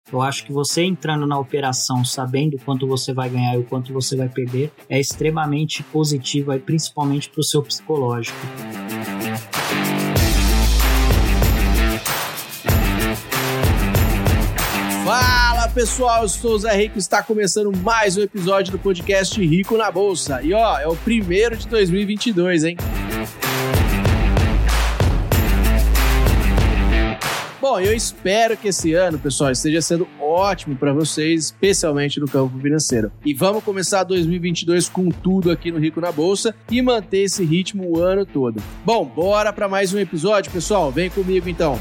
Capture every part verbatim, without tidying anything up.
Eu acho que você entrando na operação, sabendo quanto você vai ganhar e o quanto você vai perder, é extremamente positivo, aí, principalmente para o seu psicológico. Fala pessoal, eu sou o Zé Rico e está começando mais um episódio do podcast Rico na Bolsa. E ó, é o primeiro de dois mil e vinte e dois, hein? Bom, eu espero que esse ano, pessoal, esteja sendo ótimo para vocês, especialmente no campo financeiro. E vamos começar dois mil e vinte e dois com tudo aqui no Rico na Bolsa e manter esse ritmo o ano todo. Bom, bora para mais um episódio, pessoal? Vem comigo então.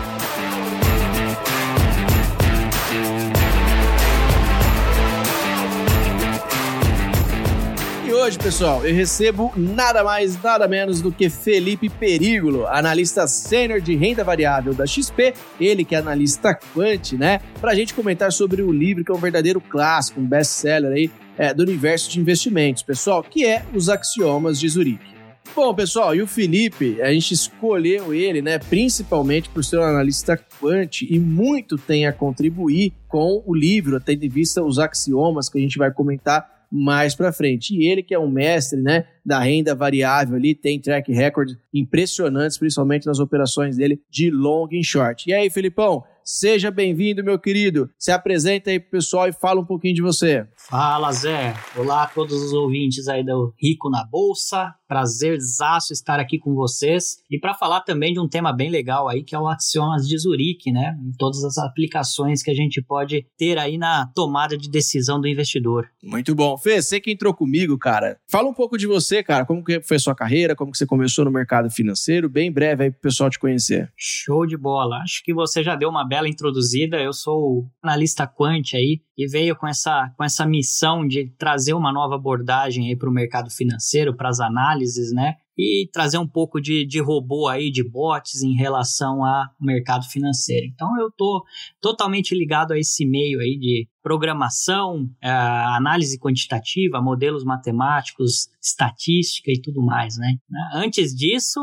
Hoje, pessoal, eu recebo nada mais, nada menos do que Felipe Perigulo, analista sênior de renda variável da X P, ele que é analista quant, né? Pra gente comentar sobre o livro que é um verdadeiro clássico, um best-seller aí é, do universo de investimentos, pessoal, que é Os Axiomas de Zurique. Bom, pessoal, e o Felipe, a gente escolheu ele, né, principalmente por ser um analista quant e muito tem a contribuir com o livro, tendo em vista os axiomas que a gente vai comentar mais pra frente. E ele que é um mestre, né, da renda variável ali, tem track record impressionantes, principalmente nas operações dele de long e short. E aí, Felipão, seja bem-vindo, meu querido. Se apresenta aí pro pessoal e fala um pouquinho de você. Fala, Zé. Olá a todos os ouvintes aí do Rico na Bolsa. Prazerzaço estar aqui com vocês. E para falar também de um tema bem legal aí, que é o Axiomas de Zurique, né? Em todas as aplicações que a gente pode ter aí na tomada de decisão do investidor. Muito bom. Fê, você que entrou comigo, cara, fala um pouco de você, cara. Como que foi a sua carreira? Como que você começou no mercado financeiro? Bem breve aí pro pessoal te conhecer. Show de bola. Acho que você já deu uma bela introduzida. Eu sou analista quant aí e veio com essa, com essa missão de trazer uma nova abordagem aí para o mercado financeiro, para as análises, né? E trazer um pouco de, de robô aí, de bots em relação ao mercado financeiro. Então eu tô totalmente ligado a esse meio aí de programação, uh, análise quantitativa, modelos matemáticos, estatística e tudo mais, né? Antes disso,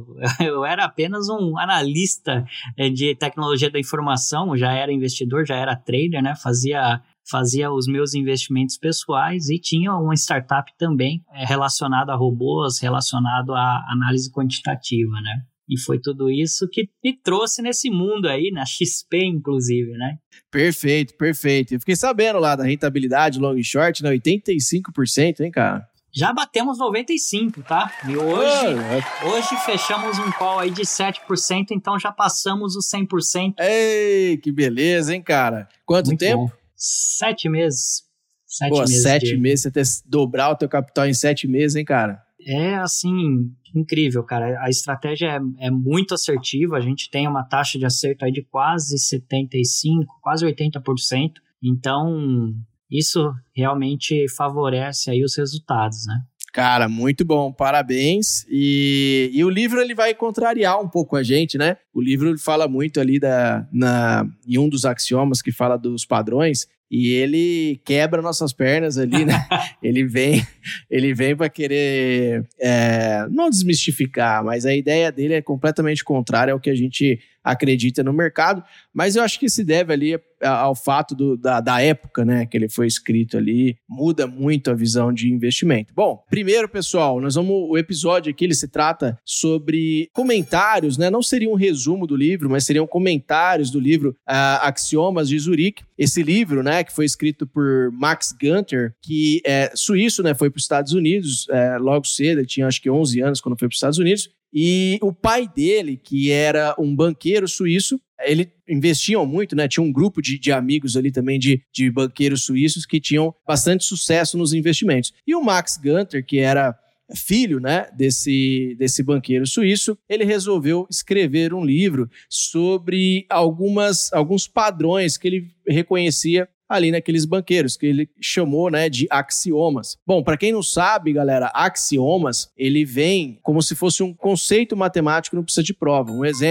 eu era apenas um analista de tecnologia da informação, já era investidor, já era trader, né? Fazia... fazia os meus investimentos pessoais e tinha uma startup também é, relacionada a robôs, relacionado à análise quantitativa, né? E foi tudo isso que me trouxe nesse mundo aí, na X P, inclusive, né? Perfeito, perfeito. Eu fiquei sabendo lá da rentabilidade long e short, né? oitenta e cinco por cento, hein, cara? Já batemos noventa e cinco por cento, tá? E hoje, oh, hoje fechamos um call aí de sete por cento, então já passamos os cem por cento. Ei, que beleza, hein, cara? Quanto Muito tempo? Bom. Sete meses. Sete Pô, meses. Sete de... meses, você ter dobrar o teu capital em sete meses, hein, cara? É, assim, incrível, cara. A estratégia é, é muito assertiva. A gente tem uma taxa de acerto aí de quase setenta e cinco por cento, quase oitenta por cento. Então, isso realmente favorece aí os resultados, né? Cara, muito bom, parabéns. E, e o livro ele vai contrariar um pouco a gente, né? O livro ele fala muito ali da, na, em um dos axiomas que fala dos padrões e ele quebra nossas pernas ali, né? ele vem, ele vem para querer é, não desmistificar, mas a ideia dele é completamente contrária ao que a gente acredita no mercado, mas eu acho que se deve ali ao fato do, da, da época, né, que ele foi escrito ali, muda muito a visão de investimento. Bom, primeiro, pessoal, nós vamos, o episódio aqui, ele se trata sobre comentários, né, não seria um resumo do livro, mas seriam comentários do livro uh, Axiomas de Zurique, esse livro, né, que foi escrito por Max Gunter, que é suíço, né, foi para os Estados Unidos é, logo cedo, ele tinha acho que onze anos quando foi para os Estados Unidos, e o pai dele, que era um banqueiro suíço, eles investiam muito, né? Tinha um grupo de, de amigos ali também de, de banqueiros suíços que tinham bastante sucesso nos investimentos. E o Max Gunter, que era filho, né, desse, desse banqueiro suíço, ele resolveu escrever um livro sobre algumas, alguns padrões que ele reconhecia ali naqueles banqueiros, que ele chamou, né, de axiomas. Bom, para quem não sabe, galera, axiomas, ele vem como se fosse um conceito matemático, não precisa de prova. Um exemplo,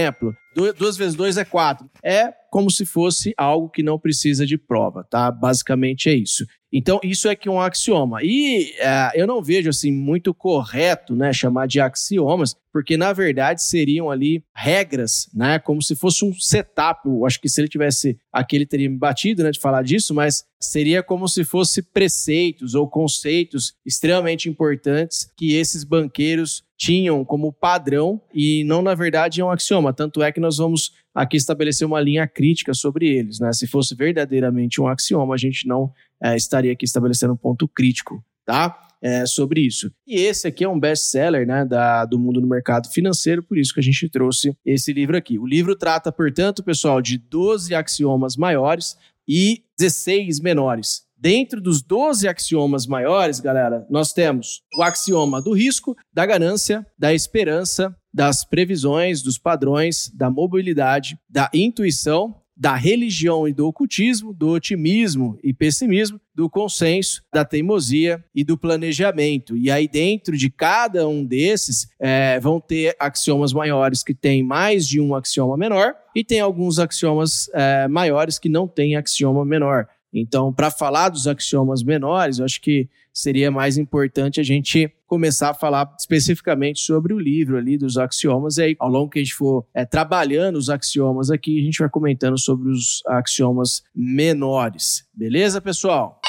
duas vezes dois é quatro. É como se fosse algo que não precisa de prova, tá? Basicamente é isso. Então, isso é que é um axioma. E uh, eu não vejo, assim, muito correto, né, chamar de axiomas, porque, na verdade, seriam ali regras, né, como se fosse um setup. Eu acho que se ele tivesse aqui, ele teria me batido, né, de falar disso, mas seria como se fosse preceitos ou conceitos extremamente importantes que esses banqueiros tinham como padrão e não, na verdade, é um axioma. Tanto é que nós vamos aqui estabelecer uma linha crítica sobre eles, né? Se fosse verdadeiramente um axioma, a gente não é, estaria aqui estabelecendo um ponto crítico, tá? É, sobre isso. E esse aqui é um best-seller, né, da, do mundo no mercado financeiro, por isso que a gente trouxe esse livro aqui. O livro trata, portanto, pessoal, de doze axiomas maiores e dezesseis menores. Dentro dos doze axiomas maiores, galera, nós temos o axioma do risco, da ganância, da esperança, das previsões, dos padrões, da mobilidade, da intuição, da religião e do ocultismo, do otimismo e pessimismo, do consenso, da teimosia e do planejamento. E aí dentro de cada um desses é, vão ter axiomas maiores que têm mais de um axioma menor e tem alguns axiomas é, maiores que não têm axioma menor. Então, para falar dos axiomas menores, eu acho que seria mais importante a gente começar a falar especificamente sobre o livro ali dos axiomas. E aí, ao longo que a gente for é, trabalhando os axiomas aqui, a gente vai comentando sobre os axiomas menores. Beleza, pessoal?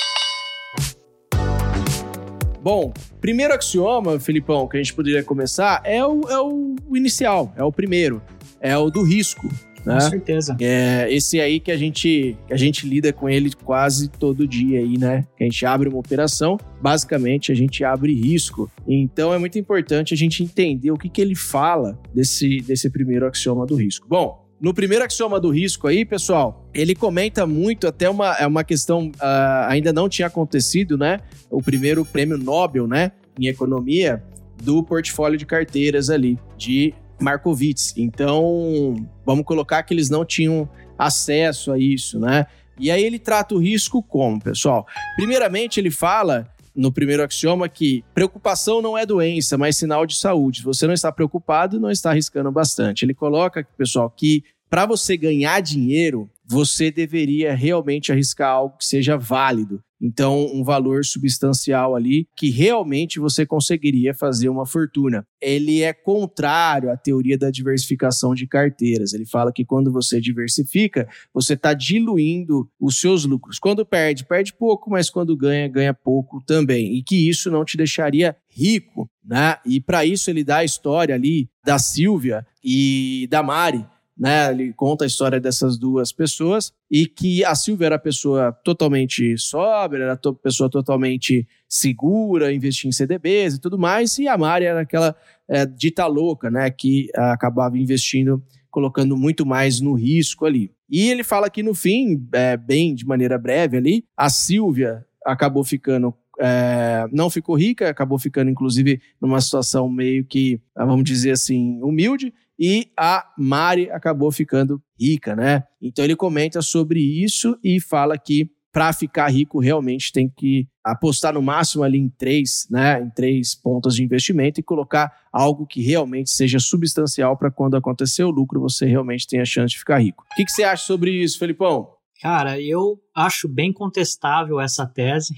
Bom, primeiro axioma, Felipão, que a gente poderia começar é o, é o inicial, é o primeiro, é o do risco. Né? Com certeza. É esse aí que a gente, que a gente lida com ele quase todo dia aí, né? Que a gente abre uma operação, basicamente a gente abre risco. Então é muito importante a gente entender o que, que ele fala desse, desse primeiro axioma do risco. Bom, no primeiro axioma do risco aí, pessoal, ele comenta muito, até uma, é uma questão uh, ainda não tinha acontecido, né? O primeiro prêmio Nobel, né? Em economia, do portfólio de carteiras ali, de Markowitz. Então, vamos colocar que eles não tinham acesso a isso, né? E aí ele trata o risco como, pessoal? Primeiramente, ele fala, no primeiro axioma, que preocupação não é doença, mas sinal de saúde. Se você não está preocupado, não está arriscando bastante. Ele coloca, pessoal, que para você ganhar dinheiro, você deveria realmente arriscar algo que seja válido. Então, um valor substancial ali que realmente você conseguiria fazer uma fortuna. Ele é contrário à teoria da diversificação de carteiras. Ele fala que quando você diversifica, você está diluindo os seus lucros. Quando perde, perde pouco, mas quando ganha, ganha pouco também. E que isso não te deixaria rico, né? E para isso ele dá a história ali da Silvia e da Mari, né? Ele conta a história dessas duas pessoas e que a Silvia era pessoa totalmente sóbria, era to- pessoa totalmente segura, investia em C D Bs e tudo mais, e a Mari era aquela é, dita louca, né? Que é, acabava investindo, colocando muito mais no risco ali. E ele fala que no fim, é, bem de maneira breve ali, a Silvia acabou ficando É, não ficou rica, acabou ficando inclusive numa situação meio que, vamos dizer assim, humilde, e a Mari acabou ficando rica, né? Então ele comenta sobre isso e fala que para ficar rico realmente tem que apostar no máximo ali em três, né? Em três pontos de investimento e colocar algo que realmente seja substancial para quando acontecer o lucro você realmente tenha a chance de ficar rico. O que, que você acha sobre isso, Felipão? Cara, eu acho bem contestável essa tese.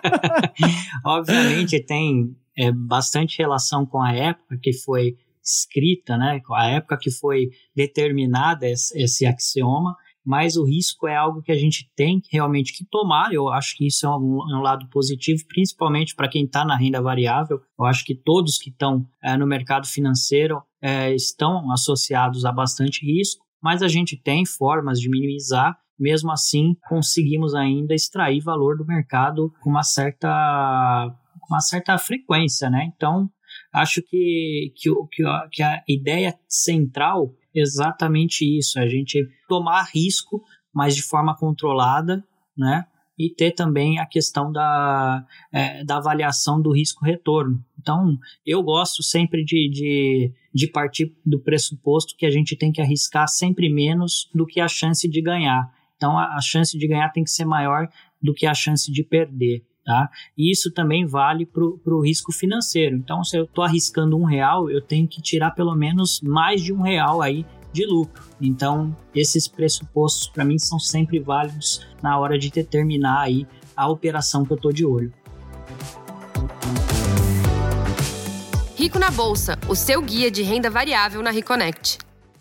Obviamente tem é, bastante relação com a época que foi escrita, né? Com a época que foi determinada esse, esse axioma, mas o risco é algo que a gente tem realmente que tomar. Eu acho que isso é um, é um lado positivo, principalmente para quem está na renda variável. Eu acho que todos que estão é, no mercado financeiro é, estão associados a bastante risco, mas a gente tem formas de minimizar. Mesmo assim, conseguimos ainda extrair valor do mercado com uma certa, com uma certa frequência, né? Então, acho que, que, que, a, que a ideia central é exatamente isso, a gente tomar risco, mas de forma controlada, né? E ter também a questão da, é, da avaliação do risco-retorno. Então, eu gosto sempre de, de, de partir do pressuposto que a gente tem que arriscar sempre menos do que a chance de ganhar. Então, a, a chance de ganhar tem que ser maior do que a chance de perder, tá? E isso também vale para o risco financeiro. Então, se eu estou arriscando um real, eu tenho que tirar pelo menos mais de um real aí de lucro. Então, esses pressupostos para mim são sempre válidos na hora de determinar aí a operação que eu estou de olho. Rico na Bolsa, o seu guia de renda variável na Reconnect.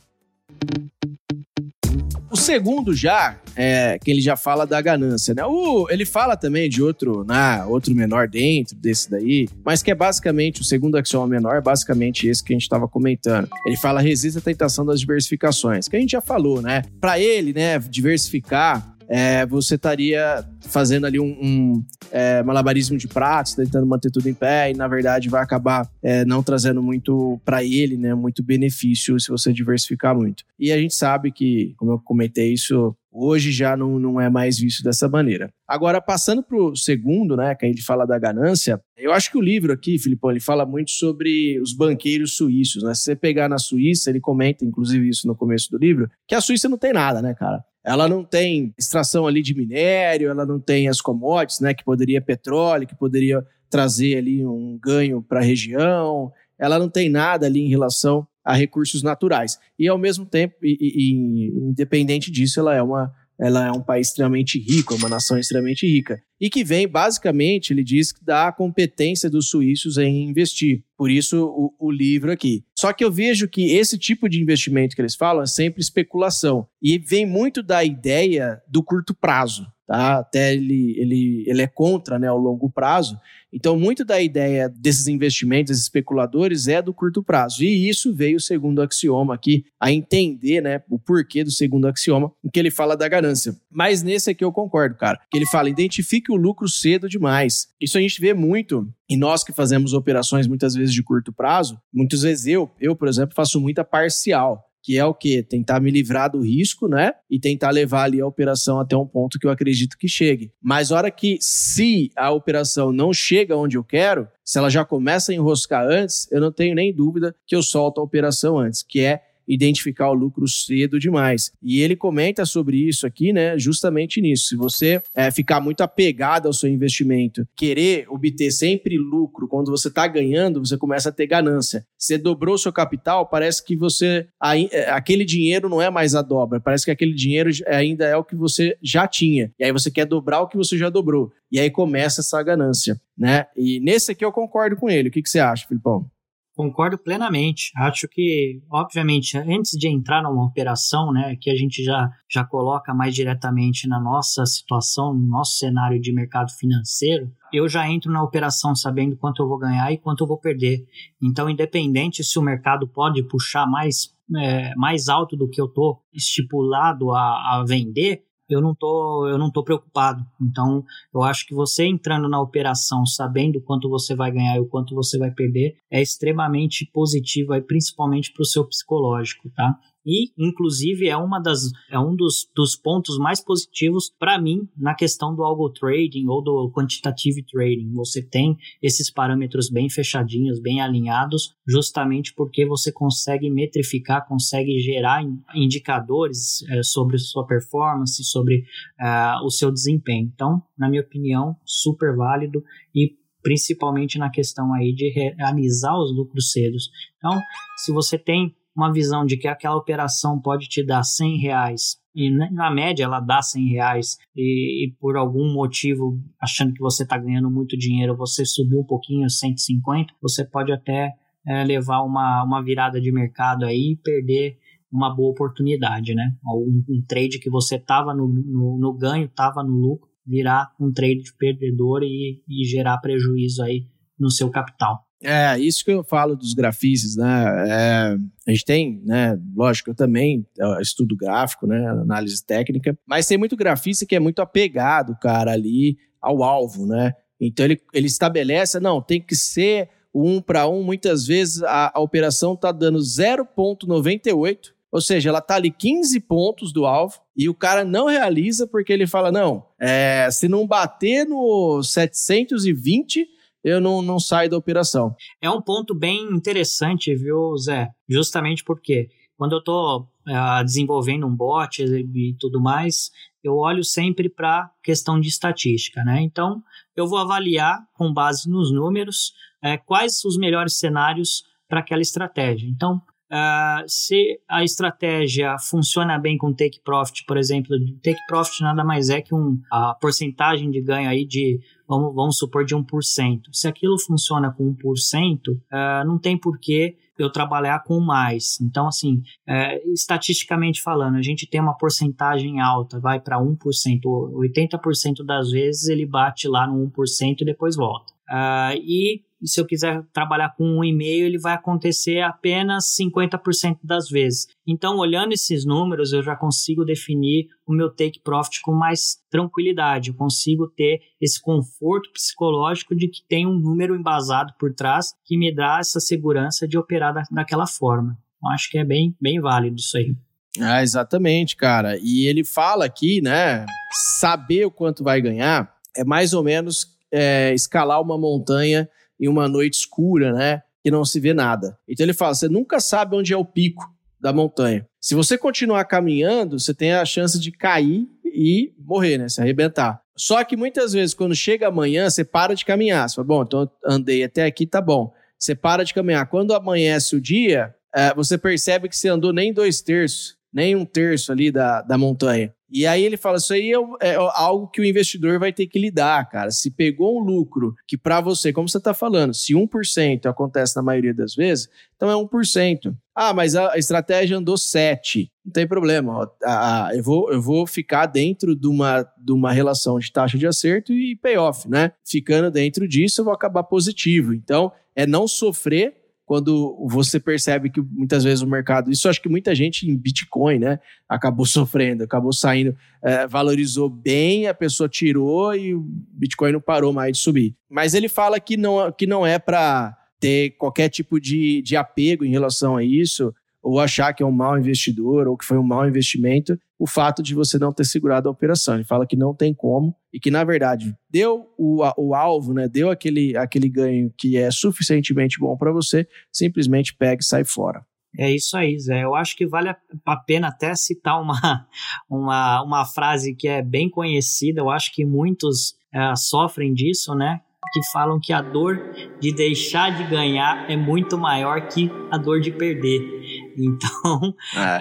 O segundo já, é que ele já fala da ganância, né? O, ele fala também de outro, né, outro menor dentro desse daí, mas que é basicamente, o segundo axioma menor é basicamente esse que a gente estava comentando. Ele fala resista à tentação das diversificações, que a gente já falou, né? Para ele, né, diversificar, é, você estaria fazendo ali um, um é, malabarismo de pratos, tentando manter tudo em pé, e na verdade vai acabar é, não trazendo muito para ele, né, muito benefício se você diversificar muito. E a gente sabe que, como eu comentei isso, hoje já não, não é mais visto dessa maneira. Agora, passando para o segundo, né, que a gente fala da ganância, eu acho que o livro aqui, Filipão, ele fala muito sobre os banqueiros suíços, né? Se você pegar na Suíça, ele comenta, inclusive isso no começo do livro, que a Suíça não tem nada, né, cara? Ela não tem extração ali de minério, ela não tem as commodities, né, que poderia petróleo, que poderia trazer ali um ganho para a região, ela não tem nada ali em relação a recursos naturais. E ao mesmo tempo, e, e, e, independente disso, ela é, uma, ela é um país extremamente rico, uma nação extremamente rica. E que vem, basicamente, ele diz, da competência dos suíços em investir. Por isso, o, o livro aqui. Só que eu vejo que esse tipo de investimento que eles falam é sempre especulação. E vem muito da ideia do curto prazo. Tá? Até ele, ele, ele é contra, né, o longo prazo. Então, muito da ideia desses investimentos, desses especuladores, é do curto prazo. E isso veio o segundo axioma aqui, a entender, né, o porquê do segundo axioma, em que ele fala da ganância. Mas nesse aqui eu concordo, cara. Que ele fala, identifique o lucro cedo demais. Isso a gente vê muito, e nós que fazemos operações muitas vezes de curto prazo, muitas vezes eu, eu por exemplo, faço muita parcial. Que é o quê? Tentar me livrar do risco, né? E tentar levar ali a operação até um ponto que eu acredito que chegue. Mas a hora que, se a operação não chega onde eu quero, se ela já começa a enroscar antes, eu não tenho nem dúvida que eu solto a operação antes, que é identificar o lucro cedo demais. E ele comenta sobre isso aqui, né, justamente nisso. Se você é, ficar muito apegado ao seu investimento, querer obter sempre lucro, quando você está ganhando, você começa a ter ganância. Você dobrou o seu capital, parece que você aquele dinheiro não é mais a dobra, parece que aquele dinheiro ainda é o que você já tinha. E aí você quer dobrar o que você já dobrou. E aí começa essa ganância, né? E nesse aqui eu concordo com ele. O que, que você acha, Filipão? Concordo plenamente. Acho que, obviamente, antes de entrar numa operação, né, que a gente já, já coloca mais diretamente na nossa situação, no nosso cenário de mercado financeiro, eu já entro na operação sabendo quanto eu vou ganhar e quanto eu vou perder. Então, independente se o mercado pode puxar mais, é, mais alto do que eu estou estipulado a, a vender, eu não tô, eu não tô preocupado. Então, eu acho que você entrando na operação, sabendo quanto você vai ganhar e o quanto você vai perder, é extremamente positivo, aí, principalmente para o seu psicológico, tá? E, inclusive, é, uma das, é um dos, dos pontos mais positivos para mim na questão do algo trading ou do quantitative trading. Você tem esses parâmetros bem fechadinhos, bem alinhados, justamente porque você consegue metrificar, consegue gerar indicadores é, sobre sua performance, sobre uh, o seu desempenho. Então, na minha opinião, super válido e principalmente na questão aí de realizar os lucros cedos. Então, se você tem uma visão de que aquela operação pode te dar cem reais e na média ela dá cem reais e, e por algum motivo, achando que você está ganhando muito dinheiro, você subiu um pouquinho a cento e cinquenta, você pode até é, levar uma, uma virada de mercado aí e perder uma boa oportunidade, né? Um, um trade que você estava no, no, no ganho, estava no lucro, virar um trade de perdedor e, e gerar prejuízo aí no seu capital. É, isso que eu falo dos grafistas, né? É, a gente tem, né? Lógico, eu também estudo gráfico, né? Análise técnica, mas tem muito grafista que é muito apegado, cara, ali ao alvo, né? Então ele, ele estabelece, não, tem que ser um para um, muitas vezes a, a operação tá dando zero vírgula noventa e oito, ou seja, ela tá ali quinze pontos do alvo e o cara não realiza porque ele fala, não, é, se não bater no setecentos e vinte, eu não, não saio da operação. É um ponto bem interessante, viu, Zé? Justamente porque quando eu estou uh, desenvolvendo um bot e tudo mais, eu olho sempre para a questão de estatística, né? Então, eu vou avaliar, com base nos números, uh, quais os melhores cenários para aquela estratégia. Então, uh, se a estratégia funciona bem com take profit, por exemplo, take profit nada mais é que um, a porcentagem de ganho aí de, vamos, vamos supor, de um por cento. Se aquilo funciona com um por cento, uh, não tem porquê eu trabalhar com mais. Então, assim, é, estatisticamente falando, a gente tem uma porcentagem alta, vai para um por cento, oitenta por cento das vezes ele bate lá no um por cento e depois volta. Uh, e se eu quiser trabalhar com um vírgula cinco, ele vai acontecer apenas cinquenta por cento das vezes. Então, olhando esses números, eu já consigo definir o meu take profit com mais tranquilidade. Eu consigo ter esse conforto psicológico de que tem um número embasado por trás que me dá essa segurança de operar da, daquela forma. Eu acho que é bem, bem válido isso aí. Ah, exatamente, cara. E ele fala aqui, né, saber o quanto vai ganhar é mais ou menos é, escalar uma montanha em uma noite escura, né, que não se vê nada. Então ele fala, você nunca sabe onde é o pico da montanha. Se você continuar caminhando, você tem a chance de cair e morrer, né, se arrebentar. Só que muitas vezes, quando chega amanhã, você para de caminhar. Você fala, bom, então eu andei até aqui, tá bom. Você para de caminhar. Quando amanhece o dia, é, você percebe que você andou nem dois terços, nem um terço ali da, da montanha. E aí ele fala, isso aí é, é algo que o investidor vai ter que lidar, cara. Se pegou um lucro que para você, como você está falando, se um por cento acontece na maioria das vezes, então é um por cento. Ah, mas a estratégia andou sete por cento. Não tem problema. Ó, a, a, eu, vou, eu vou ficar dentro de uma, de uma relação de taxa de acerto e payoff, né? Ficando dentro disso, eu vou acabar positivo. Então, é não sofrer quando você percebe que muitas vezes o mercado... Isso eu acho que muita gente em Bitcoin, né, acabou sofrendo, acabou saindo, é, valorizou bem, a pessoa tirou e o Bitcoin não parou mais de subir. Mas ele fala que não, que não é para ter qualquer tipo de, de apego em relação a isso, ou achar que é um mau investidor, ou que foi um mau investimento, o fato de você não ter segurado a operação. Ele fala que não tem como, e que, na verdade, deu o, o alvo, né, deu aquele, aquele ganho que é suficientemente bom para você, simplesmente pega e sai fora. É isso aí, Zé. Eu acho que vale a pena até citar uma, uma, uma frase que é bem conhecida, eu acho que muitos uh, sofrem disso, né? Que falam que a dor de deixar de ganhar é muito maior que a dor de perder. Então,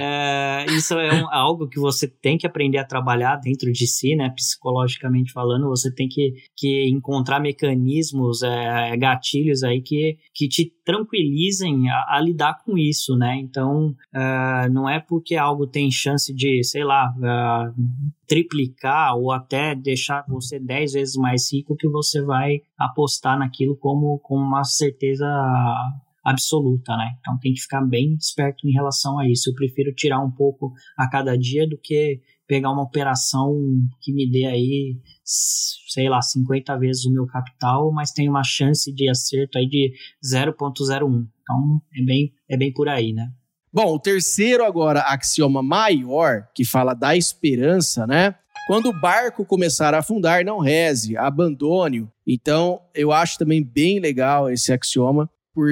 é. É, isso é um, algo que você tem que aprender a trabalhar dentro de si, né? Psicologicamente falando, você tem que, que encontrar mecanismos, é, gatilhos aí que, que te tranquilizem a, a lidar com isso, né? Então, é, não é porque algo tem chance de, sei lá, é, triplicar ou até deixar você dez vezes mais rico que você vai apostar naquilo como, como uma certeza absoluta, né? Então tem que ficar bem esperto em relação a isso. Eu prefiro tirar um pouco a cada dia do que pegar uma operação que me dê aí, sei lá, cinquenta vezes o meu capital, mas tem uma chance de acerto aí de zero vírgula zero um. Então é bem, é bem por aí, né? Bom, o terceiro agora, axioma maior, que fala da esperança, né? Quando o barco começar a afundar, não reze, abandone-o. Então, eu acho também bem legal esse axioma,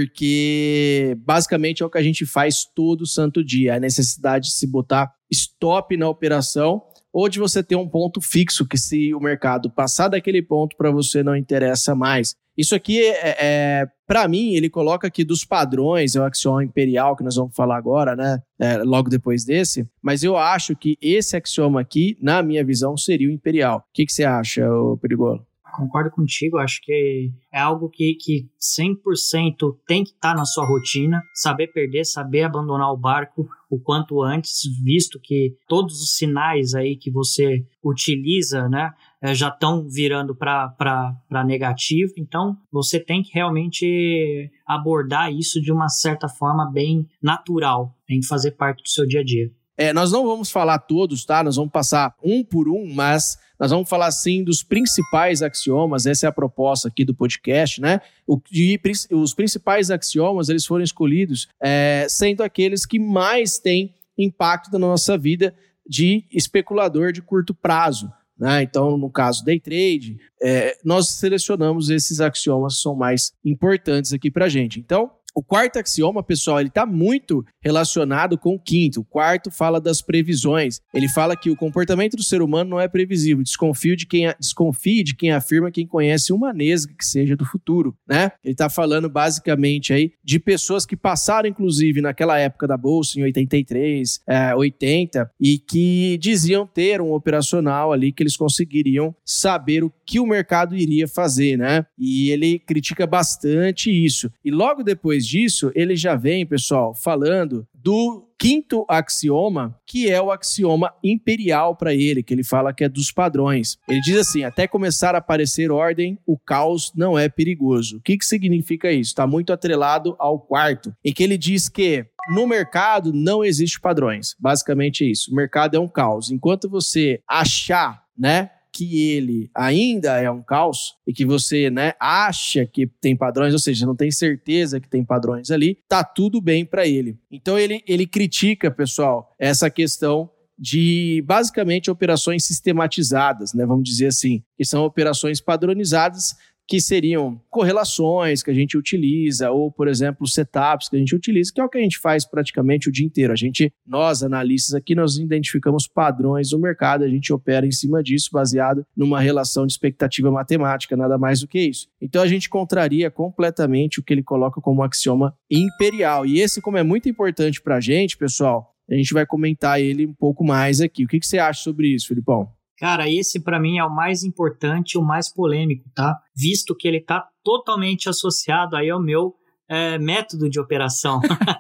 porque basicamente é o que a gente faz todo santo dia, a necessidade de se botar stop na operação ou de você ter um ponto fixo, que se o mercado passar daquele ponto para você não interessa mais. Isso aqui, é, é para mim, ele coloca aqui dos padrões, é o axioma imperial que nós vamos falar agora, né? É, logo depois desse, mas eu acho que esse axioma aqui, na minha visão, seria o imperial. O que, que você acha, ô Perigolo? Concordo contigo, acho que é algo que, que cem por cento tem que estar na sua rotina, saber perder, saber abandonar o barco o quanto antes, visto que todos os sinais aí que você utiliza, né, já estão virando para negativo, então você tem que realmente abordar isso de uma certa forma bem natural, tem que fazer parte do seu dia a dia. É, nós não vamos falar todos, tá? Nós vamos passar um por um, mas nós vamos falar, sim, dos principais axiomas. Essa é a proposta aqui do podcast, né? O, de, os principais axiomas, eles foram escolhidos é, sendo aqueles que mais têm impacto na nossa vida de especulador de curto prazo, né? Então, no caso day trade, é, nós selecionamos esses axiomas que são mais importantes aqui pra gente. Então, O quarto axioma, pessoal, ele está muito relacionado com o quinto. O quarto fala das previsões. Ele fala que o comportamento do ser humano não é previsível. Desconfie de quem, desconfie de quem afirma quem conhece uma nesga que seja do futuro, né? Ele está falando basicamente aí de pessoas que passaram, inclusive, naquela época da Bolsa, em oitenta e três, é, oitenta, e que diziam ter um operacional ali que eles conseguiriam saber o que o mercado iria fazer, né? E ele critica bastante isso. E logo depois disso, ele já vem, pessoal, falando do quinto axioma, que é o axioma imperial para ele, que ele fala que é dos padrões. Ele diz assim, até começar a aparecer ordem, o caos não é perigoso. O que, que significa isso? Está muito atrelado ao quarto, em que ele diz que no mercado não existe padrões. Basicamente é isso. O mercado é um caos. Enquanto você achar, né, que ele ainda é um caos e que você, né, acha que tem padrões, ou seja, não tem certeza que tem padrões ali, tá tudo bem para ele. Então ele, ele critica, pessoal, essa questão de basicamente operações sistematizadas, né, vamos dizer assim, que são operações padronizadas que seriam correlações que a gente utiliza, ou, por exemplo, setups que a gente utiliza, que é o que a gente faz praticamente o dia inteiro. A gente, nós, analistas aqui, nós identificamos padrões no mercado, a gente opera em cima disso, baseado numa relação de expectativa matemática, nada mais do que isso. Então, a gente contraria completamente o que ele coloca como axioma imperial. E esse, como é muito importante para a gente, pessoal, a gente vai comentar ele um pouco mais aqui. O que, que você acha sobre isso, Filipão? Cara, esse para mim é o mais importante e o mais polêmico, tá? Visto que ele tá totalmente associado aí ao meu é, método de operação.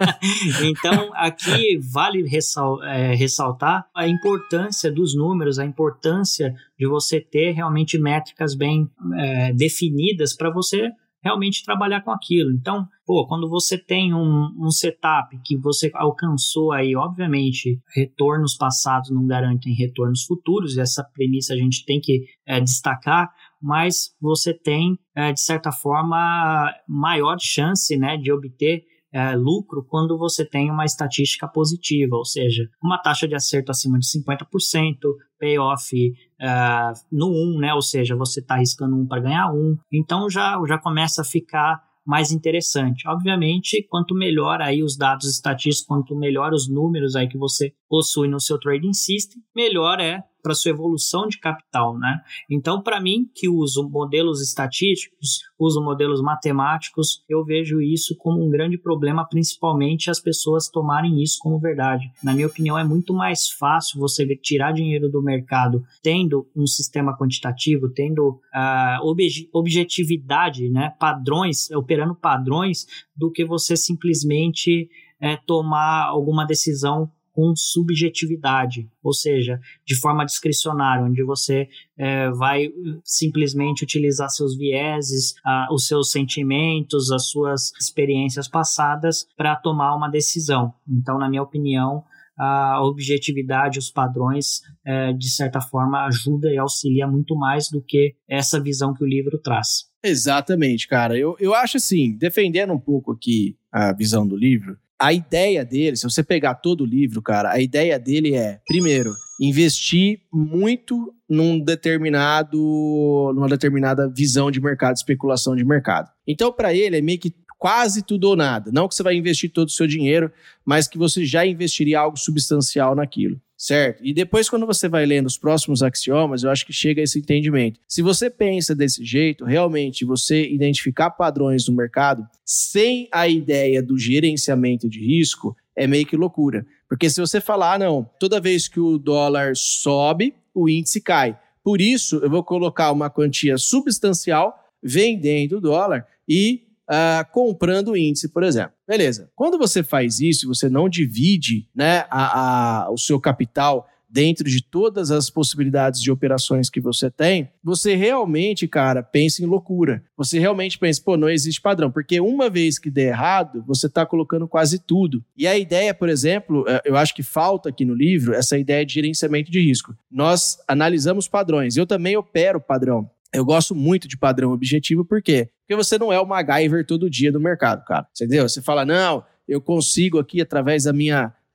Então, aqui vale ressal, é, ressaltar a importância dos números, a importância de você ter realmente métricas bem é, definidas para você realmente trabalhar com aquilo. Então, pô, quando você tem um, um setup que você alcançou aí, obviamente, retornos passados não garantem retornos futuros, e essa premissa a gente tem que é, destacar, mas você tem, é, de certa forma, maior chance, né, de obter É, lucro quando você tem uma estatística positiva, ou seja, uma taxa de acerto acima de cinquenta por cento, payoff uh, no um, né? Ou seja, você está arriscando um para ganhar um, então já, já começa a ficar mais interessante. Obviamente, quanto melhor aí os dados estatísticos, quanto melhor os números aí que você possui no seu trading system, melhor é para sua evolução de capital, né? Então, para mim, que uso modelos estatísticos, uso modelos matemáticos, eu vejo isso como um grande problema, principalmente as pessoas tomarem isso como verdade. Na minha opinião, é muito mais fácil você tirar dinheiro do mercado tendo um sistema quantitativo, tendo uh, obje- objetividade, né? Padrões, operando padrões, do que você simplesmente uh, tomar alguma decisão com subjetividade, ou seja, de forma discricionária, onde você é, vai simplesmente utilizar seus vieses, ah, os seus sentimentos, as suas experiências passadas para tomar uma decisão. Então, na minha opinião, a objetividade, os padrões, é, de certa forma, ajuda e auxilia muito mais do que essa visão que o livro traz. Exatamente, cara. Eu, eu acho assim, defendendo um pouco aqui a visão do livro, a ideia dele, se você pegar todo o livro, cara, a ideia dele é, primeiro, investir muito num determinado, numa determinada visão de mercado, especulação de mercado. Então, para ele, é meio que quase tudo ou nada. Não que você vai investir todo o seu dinheiro, mas que você já investiria algo substancial naquilo, certo? E depois, quando você vai lendo os próximos axiomas, eu acho que chega a esse entendimento. Se você pensa desse jeito, realmente você identificar padrões no mercado sem a ideia do gerenciamento de risco é meio que loucura. Porque se você falar, ah, não, toda vez que o dólar sobe, o índice cai. Por isso, eu vou colocar uma quantia substancial vendendo o dólar e Uh, comprando o índice, por exemplo. Beleza. Quando você faz isso, você não divide, né, a, a, o seu capital dentro de todas as possibilidades de operações que você tem, você realmente, cara, pensa em loucura. Você realmente pensa, pô, não existe padrão. Porque uma vez que der errado, você está colocando quase tudo. E a ideia, por exemplo, eu acho que falta aqui no livro essa ideia de gerenciamento de risco. Nós analisamos padrões. Eu também opero padrão. Eu gosto muito de padrão objetivo, por quê? Porque você não é o MacGyver todo dia do mercado, cara. Entendeu? Você fala, não, eu consigo aqui, através da minha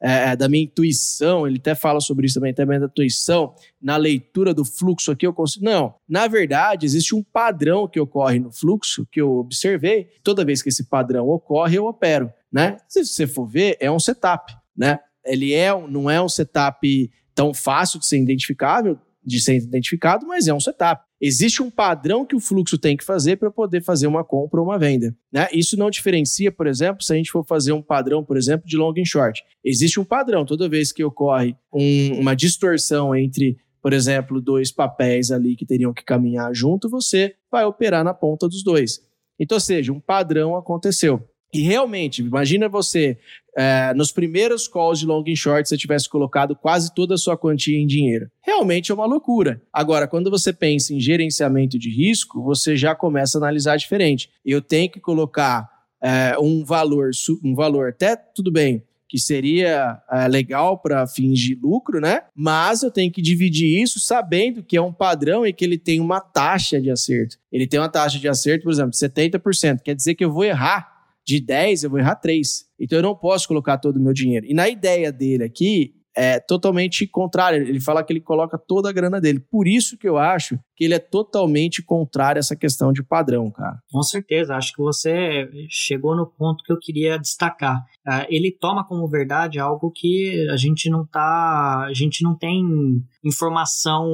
é, da minha intuição, ele até fala sobre isso também, também da intuição, na leitura do fluxo aqui eu consigo... Não, na verdade, existe um padrão que ocorre no fluxo, que eu observei, toda vez que esse padrão ocorre, eu opero, né? Se você for ver, é um setup, né? Ele é, não é um setup tão fácil de ser identificável, de ser identificado, mas é um setup. Existe um padrão que o fluxo tem que fazer para poder fazer uma compra ou uma venda, né? Isso não diferencia, por exemplo, se a gente for fazer um padrão, por exemplo, de long and short. Existe um padrão. Toda vez que ocorre um, uma distorção entre, por exemplo, dois papéis ali que teriam que caminhar junto, você vai operar na ponta dos dois. Então, ou seja, um padrão aconteceu. E realmente, imagina você, é, nos primeiros calls de long and short, você tivesse colocado quase toda a sua quantia em dinheiro. Realmente é uma loucura. Agora, quando você pensa em gerenciamento de risco, você já começa a analisar diferente. Eu tenho que colocar é, um valor, um valor até, tudo bem, que seria é, legal para fins de lucro, né? Mas eu tenho que dividir isso sabendo que é um padrão e que ele tem uma taxa de acerto. Ele tem uma taxa de acerto, por exemplo, de setenta por cento. Quer dizer que eu vou errar de dez, eu vou errar três. Então eu não posso colocar todo o meu dinheiro. E na ideia dele aqui, é totalmente contrário. Ele fala que ele coloca toda a grana dele. Por isso que eu acho que ele é totalmente contrário a essa questão de padrão, cara. Com certeza. Acho que você chegou no ponto que eu queria destacar. Uh, ele toma como verdade algo que a gente não tá... A gente não tem informação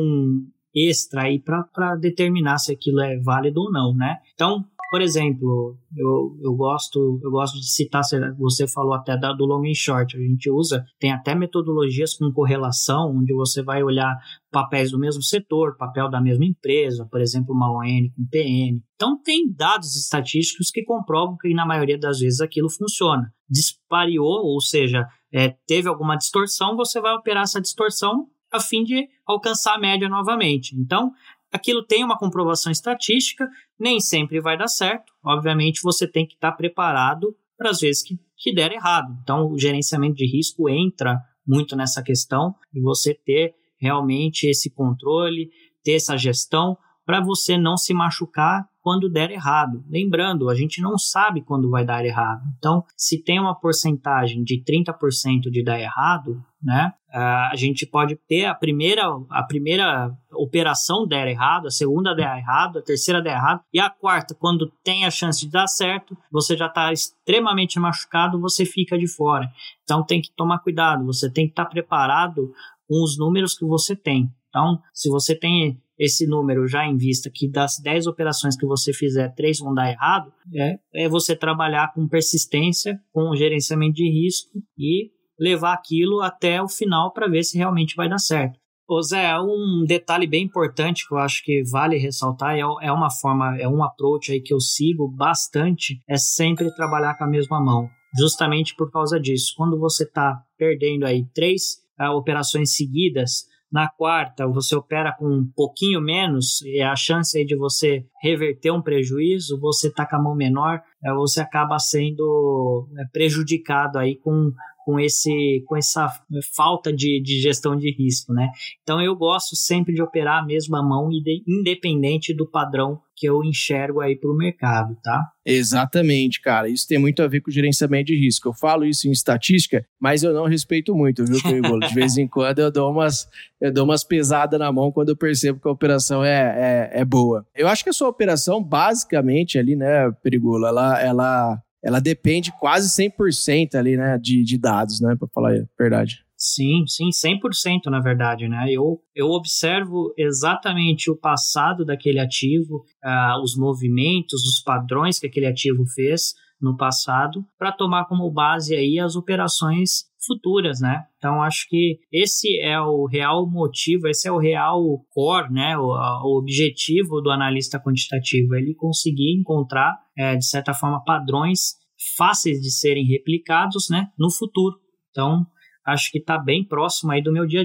extra aí para determinar se aquilo é válido ou não, né? Então, por exemplo, eu, eu, gosto, eu gosto de citar, você falou até da, do long and short, a gente usa, tem até metodologias com correlação, onde você vai olhar papéis do mesmo setor, papel da mesma empresa, por exemplo, uma O N com P N. Então, tem dados estatísticos que comprovam que, na maioria das vezes, aquilo funciona. Dispariou, ou seja, é, teve alguma distorção, você vai operar essa distorção a fim de alcançar a média novamente. Então, aquilo tem uma comprovação estatística, nem sempre vai dar certo. Obviamente, você tem que estar preparado para as vezes que, que der errado. Então, o gerenciamento de risco entra muito nessa questão de você ter realmente esse controle, ter essa gestão para você não se machucar quando der errado. Lembrando, a gente não sabe quando vai dar errado. Então, se tem uma porcentagem de trinta por cento de dar errado, né, a gente pode ter a primeira, a primeira operação der errado, a segunda der errado, a terceira der errado, e a quarta, quando tem a chance de dar certo, você já está extremamente machucado, você fica de fora. Então, tem que tomar cuidado, você tem que estar preparado com os números que você tem. Então, se você tem esse número já em vista, que das dez operações que você fizer, três vão dar errado, é, é você trabalhar com persistência, com gerenciamento de risco e levar aquilo até o final para ver se realmente vai dar certo. Ô Zé, um detalhe bem importante que eu acho que vale ressaltar, é, é uma forma, é um approach aí que eu sigo bastante, é sempre trabalhar com a mesma mão, justamente por causa disso. Quando você está perdendo aí três uh, operações seguidas, na quarta, você opera com um pouquinho menos, e a chance aí de você reverter um prejuízo, você está com a mão menor, você acaba sendo prejudicado aí com, com, esse, com essa falta de, de gestão de risco, né? Então, eu gosto sempre de operar a mesma mão, independente do padrão que eu enxergo aí para o mercado, tá? Exatamente, cara. Isso tem muito a ver com o gerenciamento de risco. Eu falo isso em estatística, mas eu não respeito muito, viu, Perigolo? De vez em quando eu dou umas, eu dou umas pesadas na mão quando eu percebo que a operação é, é, é boa. Eu acho que a sua operação, basicamente, ali, né, Perigolo, ela, ela, ela depende quase cem por cento ali, né, de, de dados, né, para falar a verdade. Sim, sim, cem por cento na verdade, né? Eu, eu observo exatamente o passado daquele ativo, uh, os movimentos, os padrões que aquele ativo fez no passado, para tomar como base aí as operações futuras, né? Então, acho que esse é o real motivo, esse é o real core, né? O, o objetivo do analista quantitativo, ele conseguir encontrar, é, de certa forma, padrões fáceis de serem replicados, né, no futuro. Então, acho que está bem próximo aí do meu dia a dia.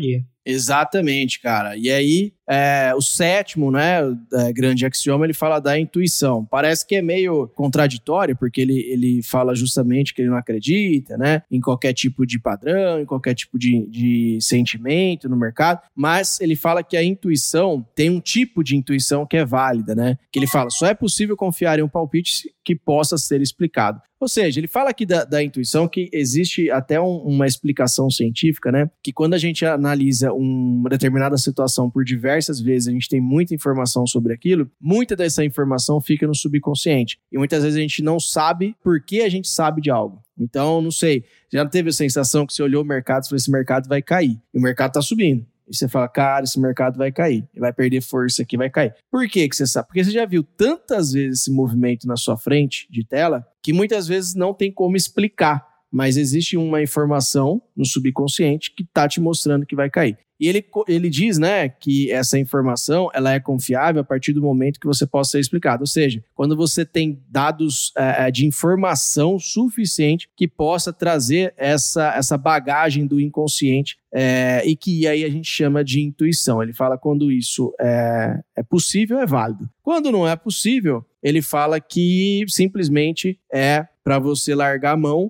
Exatamente, cara. E aí, é, o sétimo, né, é, grande axioma, ele fala da intuição. Parece que é meio contraditório, porque ele, ele fala justamente que ele não acredita, né, em qualquer tipo de padrão, em qualquer tipo de, de sentimento no mercado, mas ele fala que a intuição tem um tipo de intuição que é válida, né, que ele fala, só é possível confiar em um palpite que possa ser explicado. Ou seja, ele fala aqui da, da intuição que existe até um, uma explicação científica, né? Que quando a gente analisa uma determinada situação por diversas vezes, a gente tem muita informação sobre aquilo, muita dessa informação fica no subconsciente. E muitas vezes a gente não sabe por que a gente sabe de algo. Então, não sei, já teve a sensação que você olhou o mercado e falou, esse mercado vai cair. E o mercado está subindo. E você fala, cara, esse mercado vai cair. Vai perder força aqui, vai cair. Por que que você sabe? Porque você já viu tantas vezes esse movimento na sua frente de tela que muitas vezes não tem como explicar. Mas existe uma informação no subconsciente que está te mostrando que vai cair. E ele, ele diz, né, que essa informação ela é confiável a partir do momento que você possa ser explicado. Ou seja, quando você tem dados é, de informação suficiente que possa trazer essa, essa bagagem do inconsciente é, e que aí a gente chama de intuição. Ele fala quando isso é, é possível, é válido. Quando não é possível, ele fala que simplesmente é para você largar a mão.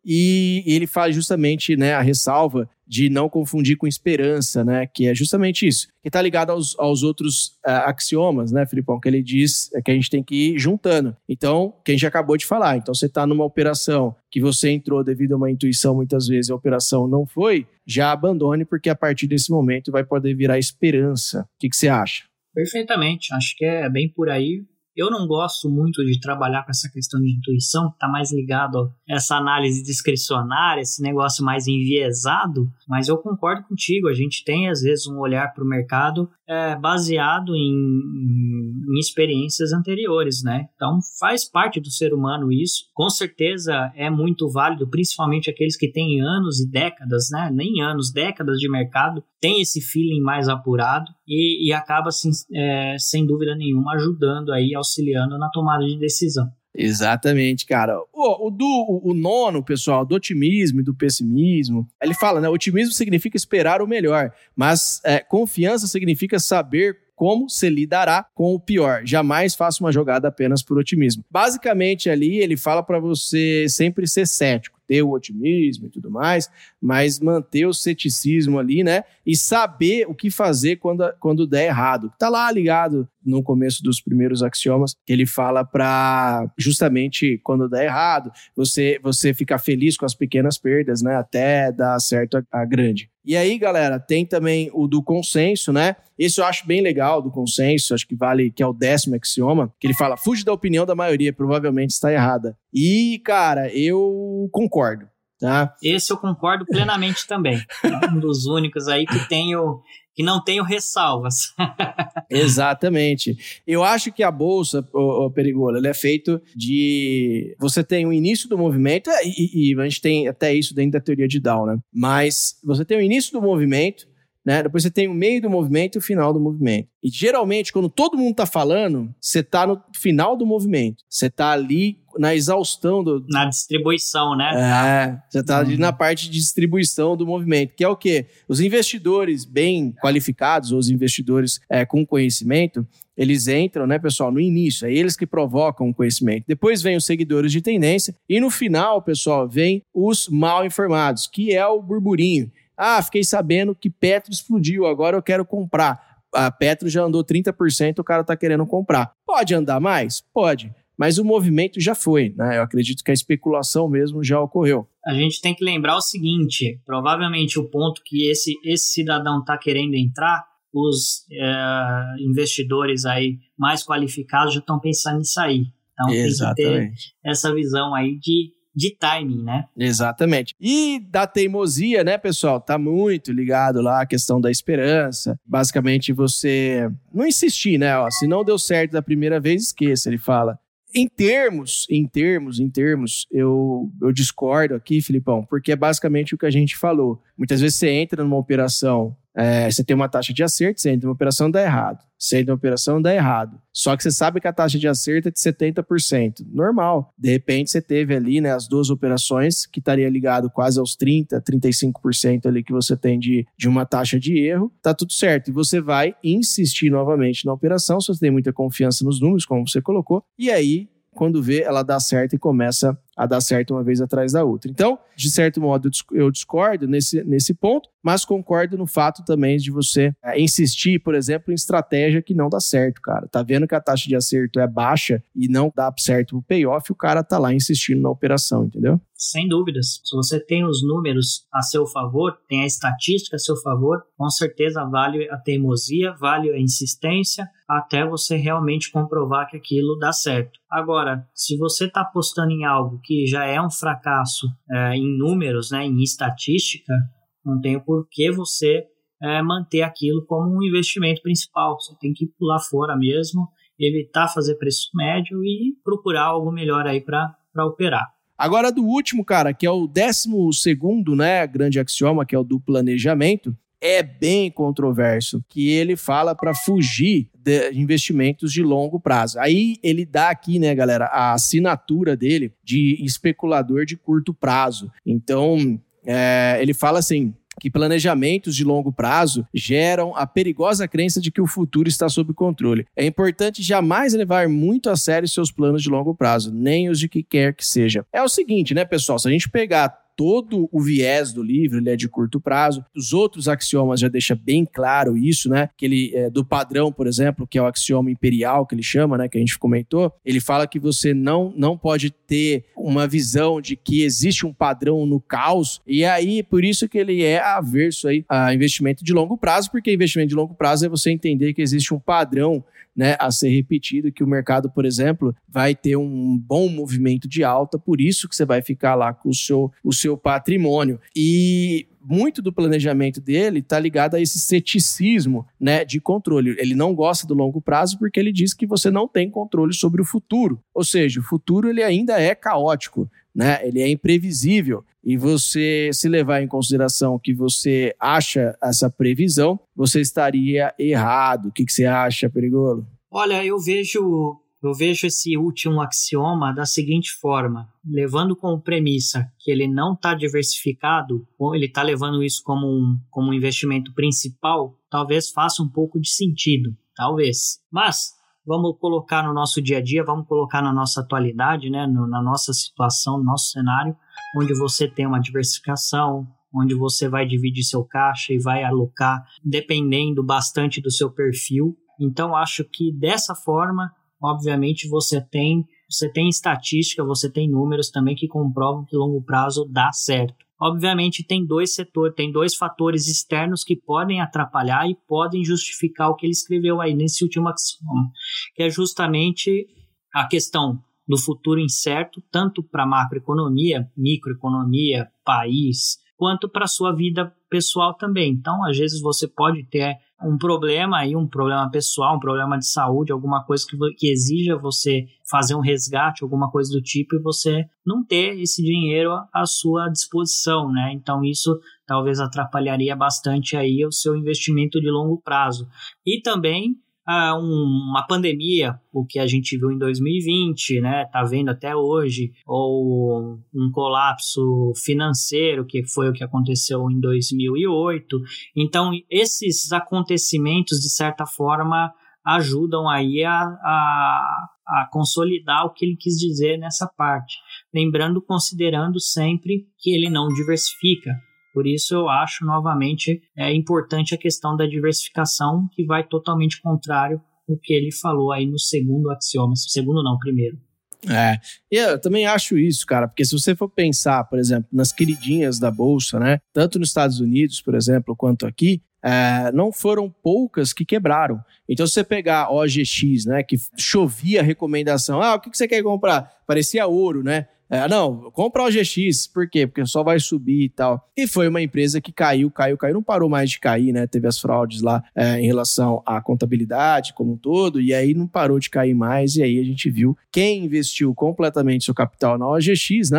E ele faz justamente, né, a ressalva de não confundir com esperança, né, que é justamente isso, que está ligado aos, aos outros uh, axiomas, né, Filipão, que ele diz que a gente tem que ir juntando. Então, que a gente acabou de falar, então você está numa operação que você entrou devido a uma intuição, muitas vezes a operação não foi, já abandone, porque a partir desse momento vai poder virar esperança. O que, que você acha? Perfeitamente, acho que é bem por aí. Eu não gosto muito de trabalhar com essa questão de intuição, que está mais ligado a essa análise discricionária, esse negócio mais enviesado, mas eu concordo contigo, a gente tem às vezes um olhar para o mercado é, baseado em, em experiências anteriores, né? Então faz parte do ser humano isso, com certeza é muito válido, principalmente aqueles que têm anos e décadas, né? Nem anos, décadas de mercado, tem esse feeling mais apurado e, e acaba, assim, é, sem dúvida nenhuma, ajudando aí, auxiliando na tomada de decisão. Exatamente, cara. O, o, do, o, o nono, pessoal, do otimismo e do pessimismo, ele fala, né? Otimismo significa esperar o melhor, mas é, confiança significa saber como se lidará com o pior. Jamais faça uma jogada apenas por otimismo. Basicamente, ali, ele fala para você sempre ser cético, ter o otimismo e tudo mais, mas manter o ceticismo ali, né? E saber o que fazer quando, quando der errado. Tá lá ligado no começo dos primeiros axiomas, que ele fala para justamente quando der errado, você, você ficar feliz com as pequenas perdas, né? Até dar certo a, a grande. E aí, galera, tem também o do consenso, né? Esse eu acho bem legal, do consenso, acho que vale, que é o décimo axioma, que ele fala, fuge da opinião da maioria, provavelmente está errada. E, cara, eu concordo, tá? Esse eu concordo plenamente também. É um dos únicos aí que tenho... que não tenho ressalvas. Exatamente. Eu acho que a bolsa, ô, ô Perigola, ela é feita de... Você tem o início do movimento, e, e a gente tem até isso dentro da teoria de Dow, né? Mas você tem o início do movimento, né? Depois você tem o meio do movimento e o final do movimento. E geralmente, quando todo mundo tá falando, você tá no final do movimento. Você tá ali na exaustão do... Na distribuição, né? É, você tá ali na parte de distribuição do movimento, que é o quê? Os investidores bem qualificados, ou os investidores é, com conhecimento, eles entram, né, pessoal, no início, é eles que provocam o conhecimento. Depois vem os seguidores de tendência e no final, pessoal, vem os mal informados, que é o burburinho. Ah, fiquei sabendo que Petro explodiu, agora eu quero comprar. A Petro já andou trinta por cento, o cara tá querendo comprar. Pode andar mais? Pode. Mas o movimento já foi, né? Eu acredito que a especulação mesmo já ocorreu. A gente tem que lembrar o seguinte, provavelmente o ponto que esse, esse cidadão tá querendo entrar, os é, investidores aí mais qualificados já estão pensando em sair. Então Exatamente. Tem que ter essa visão aí de... de timing, né? Exatamente. E da teimosia, né, pessoal? Tá muito ligado lá a questão da esperança. Basicamente, você não insistir, né? Ó, se não deu certo da primeira vez, esqueça, ele fala. Em termos, em termos, em termos, eu, eu discordo aqui, Filipão, porque é basicamente o que a gente falou. Muitas vezes você entra numa operação é, você tem uma taxa de acerto, você entra numa operação, dá errado. Você entra numa operação, dá errado. Só que você sabe que a taxa de acerto é de setenta por cento. Normal. De repente, você teve ali, né, as duas operações, que estaria ligado quase aos trinta, trinta e cinco por cento ali que você tem de, de uma taxa de erro. Tá tudo certo. E você vai insistir novamente na operação, se você tem muita confiança nos números, como você colocou. E aí, quando vê, ela dá certo e começa a dar certo uma vez atrás da outra. Então, de certo modo, eu discordo nesse, nesse ponto, mas concordo no fato também de você é, insistir, por exemplo, em estratégia que não dá certo, cara. Tá vendo que a taxa de acerto é baixa e não dá certo o payoff, o cara tá lá insistindo na operação, entendeu? Sem dúvidas. Se você tem os números a seu favor, tem a estatística a seu favor, com certeza vale a teimosia, vale a insistência, até você realmente comprovar que aquilo dá certo. Agora, se você está apostando em algo que já é um fracasso é, em números, né, em estatística, não tem por que você é, manter aquilo como um investimento principal. Você tem que pular fora mesmo, evitar fazer preço médio e procurar algo melhor aí para operar. Agora do último, cara, que é o décimo segundo, né, grande axioma, que é o do planejamento, é bem controverso, que ele fala para fugir de investimentos de longo prazo. Aí ele dá aqui, né, galera, a assinatura dele de especulador de curto prazo. Então, é, ele fala assim, que planejamentos de longo prazo geram a perigosa crença de que o futuro está sob controle. É importante jamais levar muito a sério seus planos de longo prazo, nem os de que quer que seja. É o seguinte, né, pessoal? Se a gente pegar todo o viés do livro, ele é de curto prazo. Os outros axiomas já deixa bem claro isso, né? Que ele, é, do padrão, por exemplo, que é o axioma imperial, que ele chama, né? Que a gente comentou. Ele fala que você não, não pode ter uma visão de que existe um padrão no caos. E aí, por isso que ele é averso aí a investimento de longo prazo, porque investimento de longo prazo é você entender que existe um padrão, né, a ser repetido, que o mercado, por exemplo, vai ter um bom movimento de alta, por isso que você vai ficar lá com o seu, o seu patrimônio. E muito do planejamento dele está ligado a esse ceticismo, né, de controle. Ele não gosta do longo prazo porque ele diz que você não tem controle sobre o futuro. Ou seja, o futuro ele ainda é caótico, né? Ele é imprevisível. E você, se levar em consideração que você acha essa previsão, você estaria errado. O que, que você acha, Perigolo? Olha, eu vejo, eu vejo esse último axioma da seguinte forma, levando como premissa que ele não está diversificado, ou ele está levando isso como um, como um investimento principal, talvez faça um pouco de sentido, talvez. Mas vamos colocar no nosso dia a dia, vamos colocar na nossa atualidade, né, no, na nossa situação, no nosso cenário, onde você tem uma diversificação, onde você vai dividir seu caixa e vai alocar dependendo bastante do seu perfil. Então, acho que dessa forma, obviamente, você tem, você tem estatística, você tem números também que comprovam que longo prazo dá certo. Obviamente, tem dois setores, tem dois fatores externos que podem atrapalhar e podem justificar o que ele escreveu aí nesse último axioma, que é justamente a questão do futuro incerto, tanto para a macroeconomia, microeconomia, país, quanto para a sua vida pessoal também. Então, às vezes, você pode ter um problema aí, um problema pessoal, um problema de saúde, alguma coisa que, que exija você fazer um resgate, alguma coisa do tipo, e você não ter esse dinheiro à sua disposição, né? Então, isso talvez atrapalharia bastante aí o seu investimento de longo prazo. E também Ah, um, uma pandemia, o que a gente viu em dois mil e vinte, né, tá vendo até hoje, ou um colapso financeiro, que foi o que aconteceu em dois mil e oito. Então, esses acontecimentos, de certa forma, ajudam aí a, a, a consolidar o que ele quis dizer nessa parte. Lembrando, considerando sempre que ele não diversifica. Por isso, eu acho, novamente, é importante a questão da diversificação, que vai totalmente contrário ao que ele falou aí no segundo axioma. Segundo não, primeiro. É, eu também acho isso, cara, porque se você for pensar, por exemplo, nas queridinhas da Bolsa, né, tanto nos Estados Unidos, por exemplo, quanto aqui, é, não foram poucas que quebraram. Então, se você pegar a O G X, né, que chovia recomendação, ah, o que você quer comprar? Parecia ouro, né? É, não, compra o O G X, por quê? Porque só vai subir e tal. E foi uma empresa que caiu, caiu, caiu, não parou mais de cair, né? Teve as fraudes lá é, em relação à contabilidade como um todo, e aí não parou de cair mais, e aí a gente viu quem investiu completamente seu capital na O G X, né?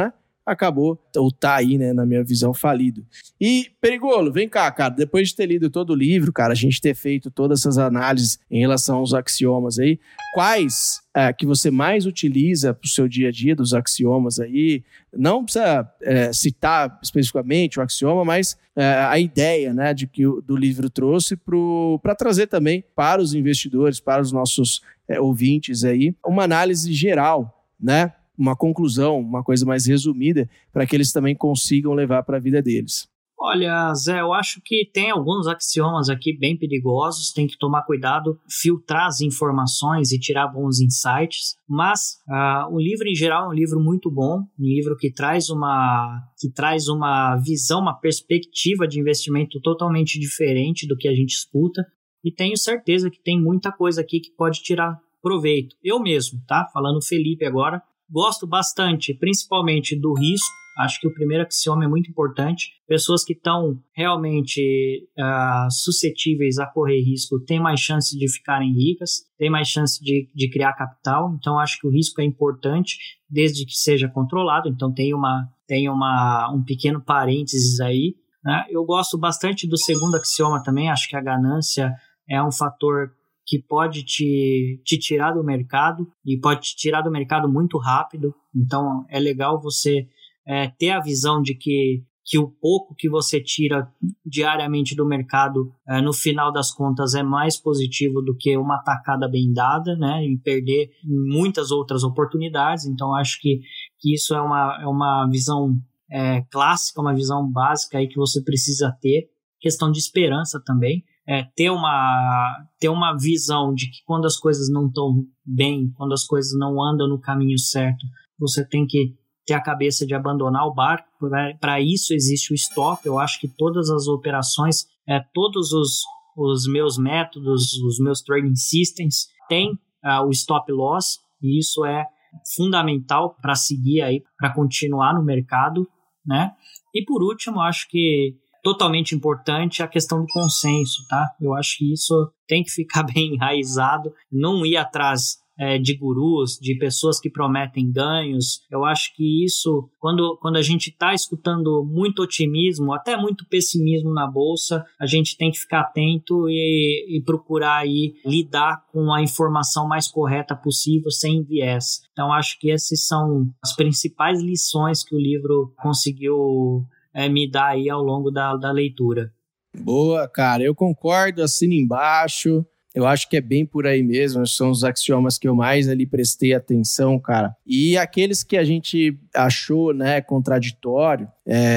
acabou, ou tá aí, né, na minha visão, falido. E, Perigolo, vem cá, cara, depois de ter lido todo o livro, cara, a gente ter feito todas essas análises em relação aos axiomas aí, quais é, que você mais utiliza pro seu dia a dia dos axiomas aí? Não precisa é, citar especificamente o axioma, mas é, a ideia, né, de que o, do livro trouxe para trazer também para os investidores, para os nossos é, ouvintes aí, uma análise geral, né? Uma conclusão, uma coisa mais resumida, para que eles também consigam levar para a vida deles. Olha, Zé, eu acho que tem alguns axiomas aqui bem perigosos, tem que tomar cuidado, filtrar as informações e tirar bons insights, mas uh, o livro em geral é um livro muito bom, um livro que traz uma, que traz uma visão, uma perspectiva de investimento totalmente diferente do que a gente escuta, e tenho certeza que tem muita coisa aqui que pode tirar proveito. Eu mesmo, tá? Falando Felipe agora, gosto bastante, principalmente do risco. Acho que o primeiro axioma é muito importante. Pessoas que estão realmente uh, suscetíveis a correr risco têm mais chance de ficarem ricas, têm mais chance de, de criar capital. Então, acho que o risco é importante, desde que seja controlado. Então, tem, uma, tem uma, um pequeno parênteses aí, né? Eu gosto bastante do segundo axioma também. Acho que a ganância é um fator que pode te, te tirar do mercado, e pode te tirar do mercado muito rápido. Então, é legal você é, ter a visão de que, que o pouco que você tira diariamente do mercado, é, no final das contas, é mais positivo do que uma tacada bem dada, né, e perder muitas outras oportunidades. Então, acho que, que isso é uma, é uma visão é, clássica, uma visão básica aí que você precisa ter. Questão de esperança também. É, ter, uma, ter uma visão de que quando as coisas não estão bem, quando as coisas não andam no caminho certo, você tem que ter a cabeça de abandonar o barco. Para isso existe o stop. Eu acho que todas as operações, é, todos os, os meus métodos, os meus trading systems têm uh, o stop loss, e isso é fundamental para seguir aí, para continuar no mercado, né? E por último, acho que totalmente importante a questão do consenso, tá? Eu acho que isso tem que ficar bem enraizado, não ir atrás é, de gurus, de pessoas que prometem ganhos. Eu acho que isso, quando, quando a gente está escutando muito otimismo, até muito pessimismo na bolsa, a gente tem que ficar atento e, e procurar aí lidar com a informação mais correta possível, sem viés. Então, acho que essas são as principais lições que o livro conseguiu É, me dá aí ao longo da, da leitura. Boa, cara, eu concordo, assino embaixo. Eu acho que é bem por aí mesmo, são os axiomas que eu mais ali prestei atenção, cara. E aqueles que a gente achou, né, contraditório,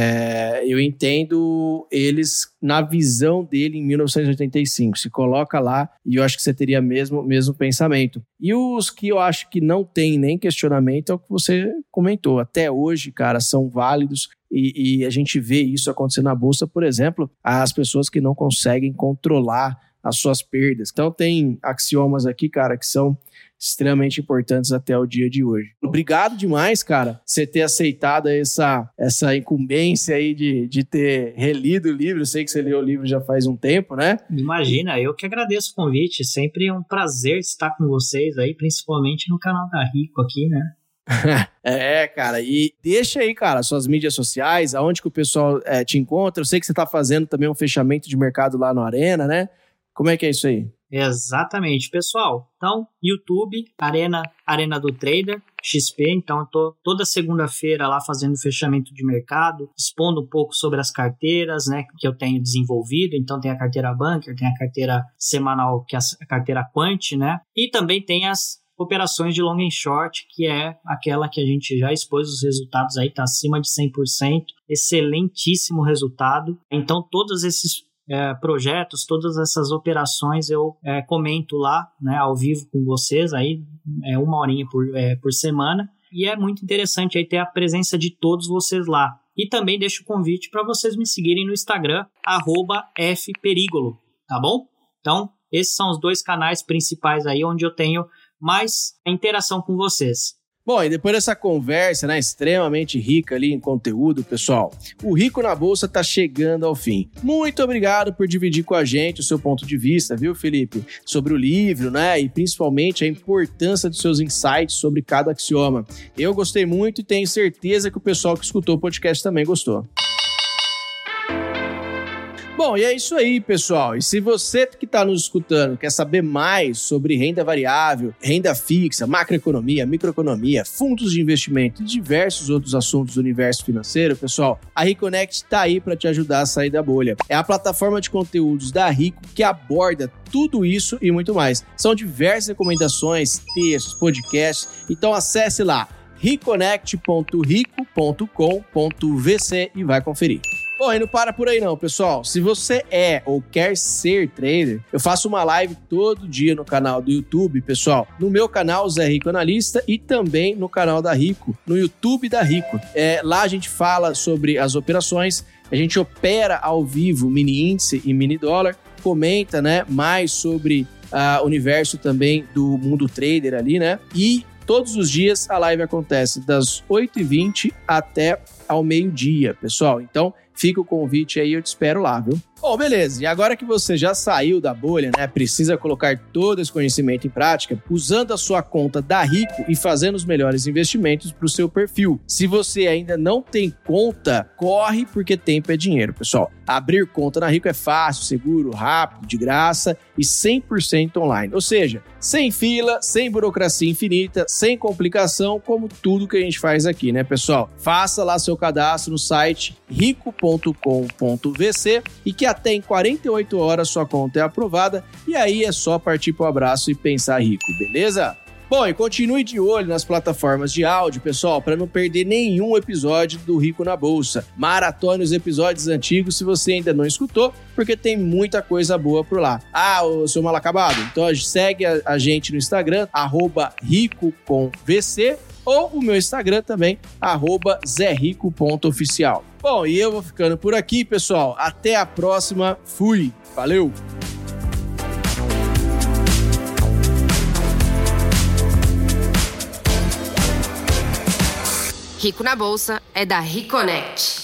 é, eu entendo eles na visão dele em mil novecentos e oitenta e cinco. Se coloca lá e eu acho que você teria mesmo mesmo pensamento. E os que eu acho que não tem nem questionamento é o que você comentou. Até hoje, cara, são válidos. E, e a gente vê isso acontecer na bolsa, por exemplo, as pessoas que não conseguem controlar as suas perdas. Então tem axiomas aqui, cara, que são extremamente importantes até o dia de hoje. Obrigado demais, cara, você ter aceitado essa, essa incumbência aí de, de ter relido o livro. Eu sei que você leu o livro já faz um tempo, né? Imagina, eu que agradeço o convite. Sempre um prazer estar com vocês aí, principalmente no canal da Rico aqui, né? É, cara, e deixa aí, cara, suas mídias sociais, aonde que o pessoal é, te encontra. Eu sei que você tá fazendo também um fechamento de mercado lá no Arena, né? Como é que é isso aí? Exatamente, pessoal. Então, YouTube, Arena, Arena do Trader, X P. Então, eu tô toda segunda-feira lá fazendo fechamento de mercado, expondo um pouco sobre as carteiras, né, que eu tenho desenvolvido. Então, tem a carteira Bunker, tem a carteira semanal, que é a carteira Quant, né? E também tem as operações de long and short, que é aquela que a gente já expôs os resultados aí, tá acima de cem por cento, excelentíssimo resultado. Então, todos esses é, projetos, todas essas operações eu é, comento lá, né, ao vivo com vocês, aí é uma horinha por, é, por semana, e é muito interessante aí ter a presença de todos vocês lá. E também deixo o convite para vocês me seguirem no Instagram, arroba fperigolo, tá bom? Então, esses são os dois canais principais aí onde eu tenho mais interação com vocês. Bom, e depois dessa conversa, né, extremamente rica ali em conteúdo, pessoal, o Rico na Bolsa tá chegando ao fim. Muito obrigado por dividir com a gente o seu ponto de vista, viu, Felipe? Sobre o livro, né, e principalmente a importância dos seus insights sobre cada axioma. Eu gostei muito e tenho certeza que o pessoal que escutou o podcast também gostou. Bom, e é isso aí, pessoal. E se você que está nos escutando quer saber mais sobre renda variável, renda fixa, macroeconomia, microeconomia, fundos de investimento e diversos outros assuntos do universo financeiro, pessoal, a Reconnect está aí para te ajudar a sair da bolha. É a plataforma de conteúdos da Rico que aborda tudo isso e muito mais. São diversas recomendações, textos, podcasts. Então acesse lá reconnect ponto rico ponto com ponto v c e vai conferir. Bom, e não para por aí não, pessoal. Se você é ou quer ser trader, eu faço uma live todo dia no canal do YouTube, pessoal. No meu canal, Zé Rico Analista, e também no canal da Rico, no YouTube da Rico. É, lá a gente fala sobre as operações, a gente opera ao vivo mini índice e mini dólar, comenta, né, mais sobre o uh, universo também do mundo trader ali, né? E todos os dias a live acontece das oito e vinte até ao meio-dia, pessoal. Então, fica o convite aí, eu te espero lá, viu? Bom, beleza. E agora que você já saiu da bolha, né? Precisa colocar todo esse conhecimento em prática, usando a sua conta da Rico e fazendo os melhores investimentos para o seu perfil. Se você ainda não tem conta, corre porque tempo é dinheiro, pessoal. Abrir conta na Rico é fácil, seguro, rápido, de graça e cem por cento online. Ou seja, sem fila, sem burocracia infinita, sem complicação, como tudo que a gente faz aqui, né, pessoal? Faça lá seu cadastro no site rico ponto com ponto v c e que até em quarenta e oito horas sua conta é aprovada e aí é só partir pro abraço e pensar rico, beleza? Bom, e continue de olho nas plataformas de áudio, pessoal, para não perder nenhum episódio do Rico na Bolsa. Maratone os episódios antigos se você ainda não escutou, porque tem muita coisa boa por lá. Ah, o seu mal acabado? Então segue a, a gente no Instagram, arroba rico com v c, ou o meu Instagram também, arroba zé rico ponto oficial. Bom, e eu vou ficando por aqui, pessoal. Até a próxima. Fui. Valeu! Rico na Bolsa é da Reconnect.